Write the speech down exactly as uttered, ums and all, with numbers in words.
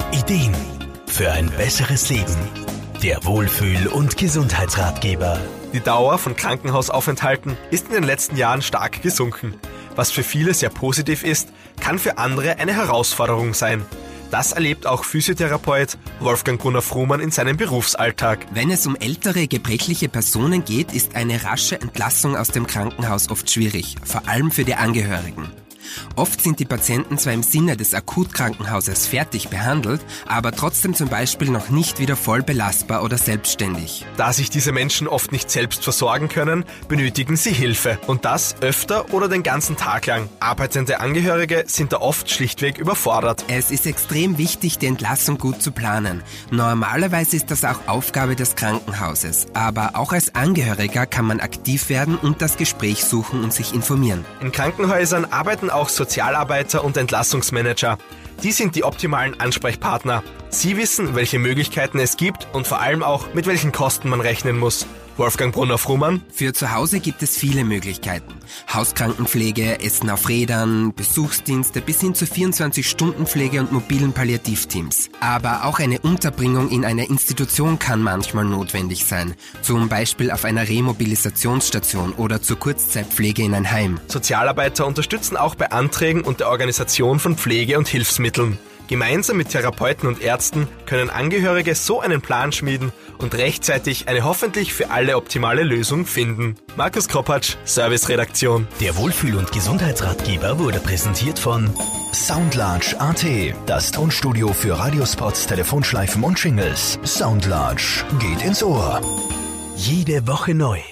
Ideen für ein besseres Leben. Der Wohlfühl- und Gesundheitsratgeber. Die Dauer von Krankenhausaufenthalten ist in den letzten Jahren stark gesunken. Was für viele sehr positiv ist, kann für andere eine Herausforderung sein. Das erlebt auch Physiotherapeut Wolfgang Brunner-Frumann in seinem Berufsalltag. Wenn es um ältere, gebrechliche Personen geht, ist eine rasche Entlassung aus dem Krankenhaus oft schwierig, vor allem für die Angehörigen. Oft sind die Patienten zwar im Sinne des Akutkrankenhauses fertig behandelt, aber trotzdem zum Beispiel noch nicht wieder voll belastbar oder selbstständig. Da sich diese Menschen oft nicht selbst versorgen können, benötigen sie Hilfe. Und das öfter oder den ganzen Tag lang. Arbeitende Angehörige sind da oft schlichtweg überfordert. Es ist extrem wichtig, die Entlassung gut zu planen. Normalerweise ist das auch Aufgabe des Krankenhauses. Aber auch als Angehöriger kann man aktiv werden und das Gespräch suchen und sich informieren. In Krankenhäusern arbeiten auch Sozialarbeiter und Entlassungsmanager. Die sind die optimalen Ansprechpartner. Sie wissen, welche Möglichkeiten es gibt und vor allem auch, mit welchen Kosten man rechnen muss. Wolfgang Brunner-Frumann. Für zu Hause gibt es viele Möglichkeiten. Hauskrankenpflege, Essen auf Rädern, Besuchsdienste bis hin zu vierundzwanzig-Stunden-Pflege und mobilen Palliativteams. Aber auch eine Unterbringung in einer Institution kann manchmal notwendig sein. Zum Beispiel auf einer Remobilisationsstation oder zur Kurzzeitpflege in ein Heim. Sozialarbeiter unterstützen auch bei Anträgen und der Organisation von Pflege- und Hilfsmitteln. Gemeinsam mit Therapeuten und Ärzten können Angehörige so einen Plan schmieden und rechtzeitig eine hoffentlich für alle optimale Lösung finden. Markus Kropatsch, Serviceredaktion. Der Wohlfühl- und Gesundheitsratgeber wurde präsentiert von Soundlarge Punkt at, das Tonstudio für Radiospots, Telefonschleifen und Jingles. Soundlarge geht ins Ohr. Jede Woche neu.